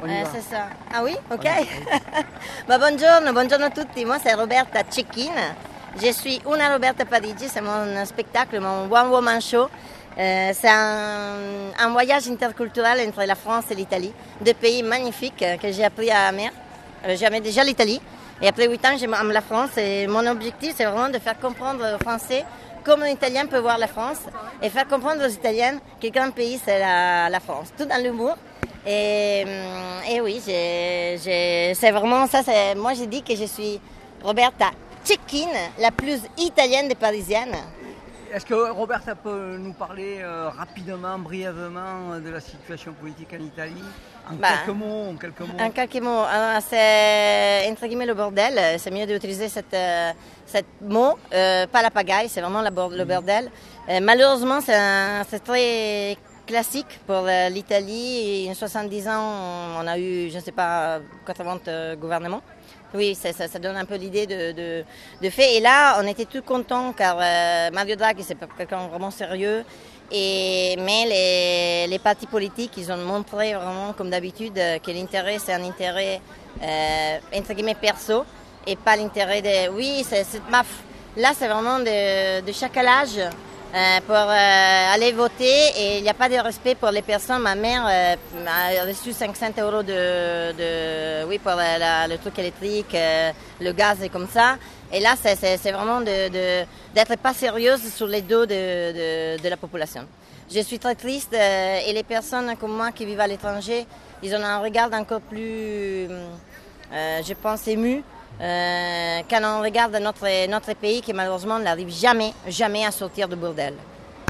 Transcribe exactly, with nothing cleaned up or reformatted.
On y Eh, va. c'est ça. Ah oui? Ok. Allez, Bah, buongiorno, buongiorno a tutti. Moi, c'est Roberta Cecchina. Je suis Una Roberta Parigi. C'est mon spectacle, mon One Woman Show. Euh, c'est un, un voyage interculturel entre la France et l'Italie. Deux pays magnifiques euh, que j'ai appris à la mer. Euh, J'aimais déjà l'Italie. Et après huit ans, j'aime la France. Et mon objectif, c'est vraiment de faire comprendre aux Français comment un Italien peut voir la France. Et faire comprendre aux Italiens quel grand pays c'est la, la France. Tout dans l'humour. Et, et oui, j'ai, j'ai, c'est vraiment ça. C'est, moi, j'ai dit que je suis Roberta Cecchina, la plus italienne des Parisiennes. Est-ce que Roberta peut nous parler euh, rapidement, brièvement de la situation politique en Italie? En Bah, quelques mots, en quelques mots. En quelques mots, alors, c'est entre guillemets le bordel. C'est mieux d'utiliser cette, euh, cette mot, euh, pas la pagaille, c'est vraiment la bord- le bordel. Euh, malheureusement, c'est, un- c'est très classique pour euh, l'Italie. En soixante-dix ans, on a eu, je ne sais pas, quatre-vingts euh, gouvernements. Oui, ça, ça, ça donne un peu l'idée de, de, de fait. Et là, on était tout contents car euh, Mario Draghi, c'est quelqu'un vraiment sérieux. Et, mais les, les partis politiques, ils ont montré vraiment, comme d'habitude, que l'intérêt, c'est un intérêt, euh, entre guillemets, perso, et pas l'intérêt de... Oui, c'est, c'est, ma, là, c'est vraiment de, de chacalage euh, pour euh, aller voter, et il n'y a pas de respect pour les personnes. Ma mère euh, a reçu cinq cents euros de, de, oui, pour la, la, le truc électrique, euh, le gaz et comme ça. Et là, c'est, c'est, c'est vraiment de, de, d'être pas sérieuse sur les dos de, de, de la population. Je suis très triste euh, et les personnes comme moi qui vivent à l'étranger, ils ont un regard encore plus, euh, je pense, ému euh, quand on regarde notre, notre pays qui malheureusement n'arrive jamais, jamais à sortir du bordel.